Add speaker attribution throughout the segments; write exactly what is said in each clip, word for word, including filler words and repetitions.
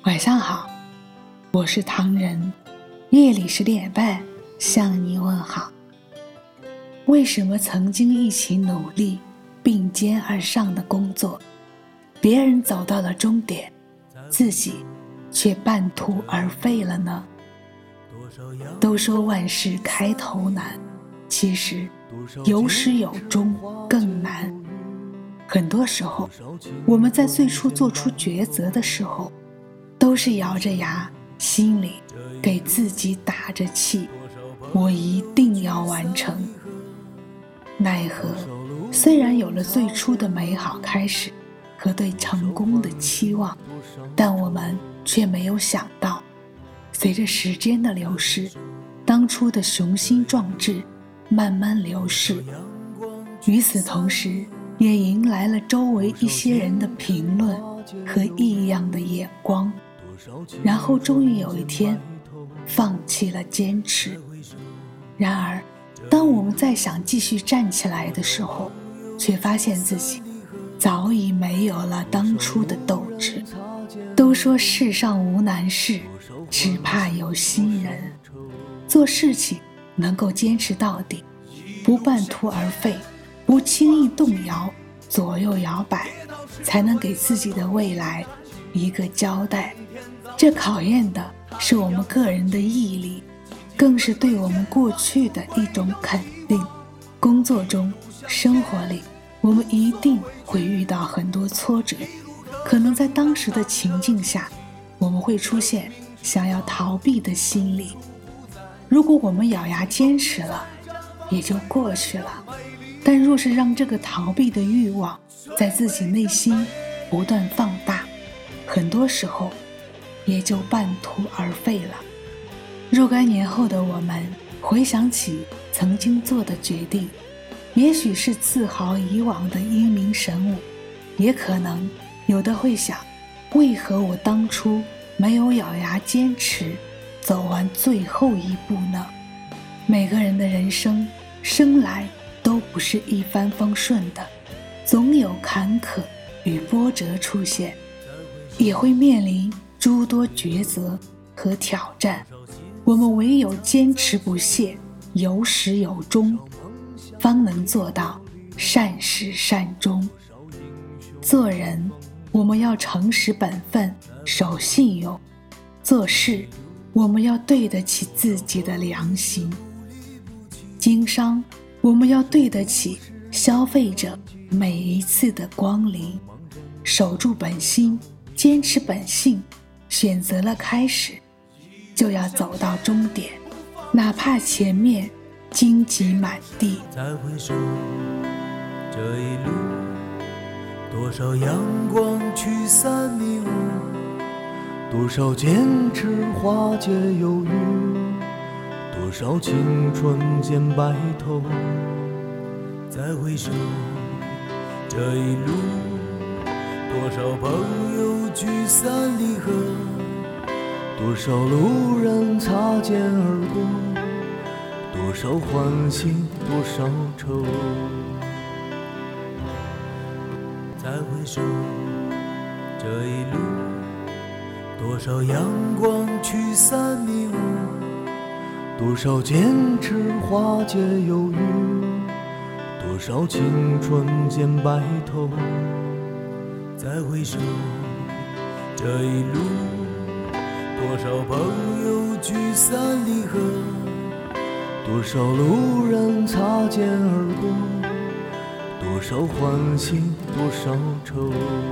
Speaker 1: 晚上好，我是唐人，夜里十点半向你问好。为什么曾经一起努力并肩而上的工作，别人走到了终点，自己却半途而废了呢？都说万事开头难，其实有始有终更难。很多时候，我们在最初做出抉择的时候，都是咬着牙，心里给自己打着气，我一定要完成。奈何虽然有了最初的美好开始和对成功的期望，但我们却没有想到，随着时间的流逝，当初的雄心壮志慢慢流逝，与此同时也迎来了周围一些人的评论和异样的眼光，然后终于有一天放弃了坚持。然而当我们再想继续站起来的时候，却发现自己早已没有了当初的斗志。都说世上无难事，只怕有心人。做事情能够坚持到底，不半途而废，不轻易动摇，左右摇摆，才能给自己的未来一个交代。这考验的是我们个人的毅力，更是对我们过去的一种肯定。工作中、生活里，我们一定会遇到很多挫折，可能在当时的情境下，我们会出现想要逃避的心理。如果我们咬牙坚持了，也就过去了。但若是让这个逃避的欲望在自己内心不断放大，很多时候也就半途而废了。若干年后的我们回想起曾经做的决定，也许是自豪以往的英明神武，也可能有的会想，为何我当初没有咬牙坚持走完最后一步呢？每个人的人生生来都不是一帆风顺的，总有坎坷与波折出现，也会面临诸多抉择和挑战。我们唯有坚持不懈，有始有终，方能做到善始善终。做人，我们要诚实本分，守信用；做事，我们要对得起自己的良心；经商，我们要对得起消费者每一次的光临。守住本心，坚持本性，选择了开始，就要走到终点，哪怕前面荆棘满地。
Speaker 2: 再回首，这一路多少阳光驱散迷雾，多少坚持化解忧郁，多少青春见白头。再回首，这一路多少朋友聚散离合，多少路人擦肩而过，多少欢喜多少愁。再回首，这一路多少阳光驱散迷雾，多少坚持化解忧郁，多少青春见白头。再回首，这一路多少朋友聚散离合，多少路人擦肩而过，多少欢喜多少愁。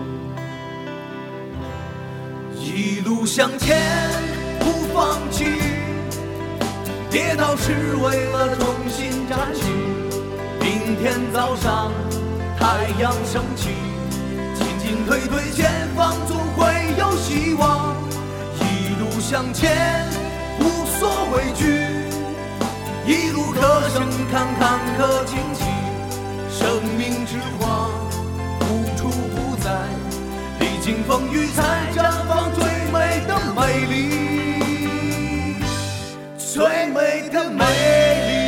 Speaker 2: 一路向前不放弃，跌倒是为了重新站起。明天早上太阳升起，进进退退前方总会有希望。一路向前无所畏惧，一路歌声坎坎坷荆棘。生命之花无处不在，历经风雨才绽放最美的美丽，最美的美丽。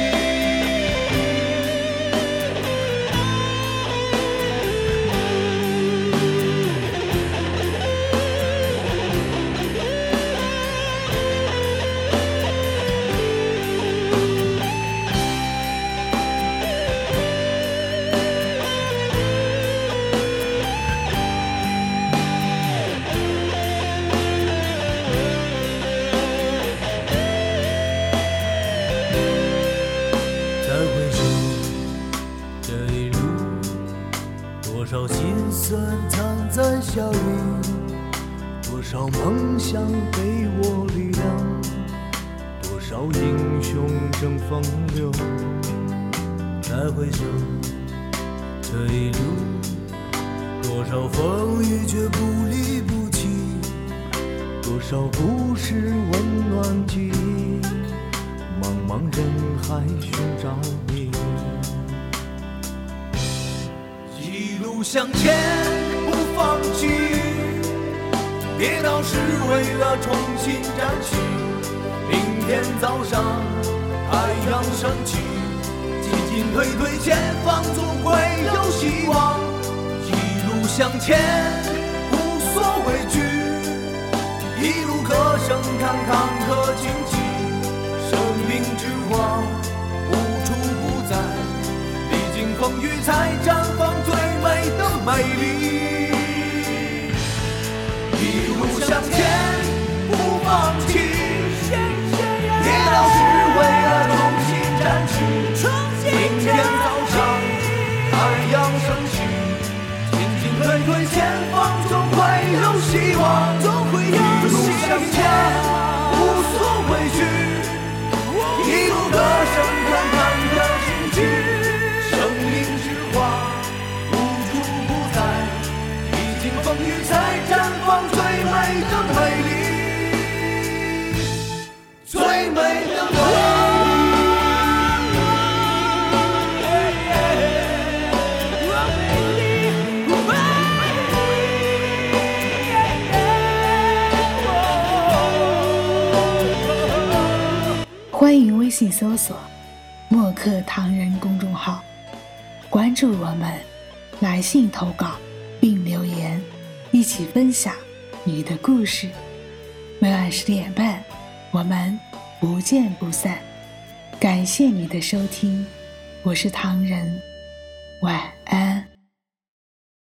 Speaker 2: 多少梦想给我力量，多少英雄争风流。再回首这一路，多少风雨却不离不弃，多少故事温暖记忆，茫茫人海寻找你。一路向前不放弃，跌倒是为了重新站起，明天早上太阳升起，进进退退前方总会有希望。一路向前无所畏惧，一路歌声看坎坷荆棘，生命之花无处不在，历经风雨才绽放最美的美丽。一路向前不放弃，跌倒是为了重新站起，明天早上太阳升起，进进退退前方总会有希望。一路向前无所畏惧，一路歌声看坎坷荆棘，生命之花无处不在，历经风雨才绽放最美的美丽，最美的美丽。
Speaker 1: 欢迎微信搜索墨客唐人公众号，关注我们，来信投稿并留言，一起分享你的故事。每晚十点半，我们不见不散。感谢你的收听，我是唐人，晚安。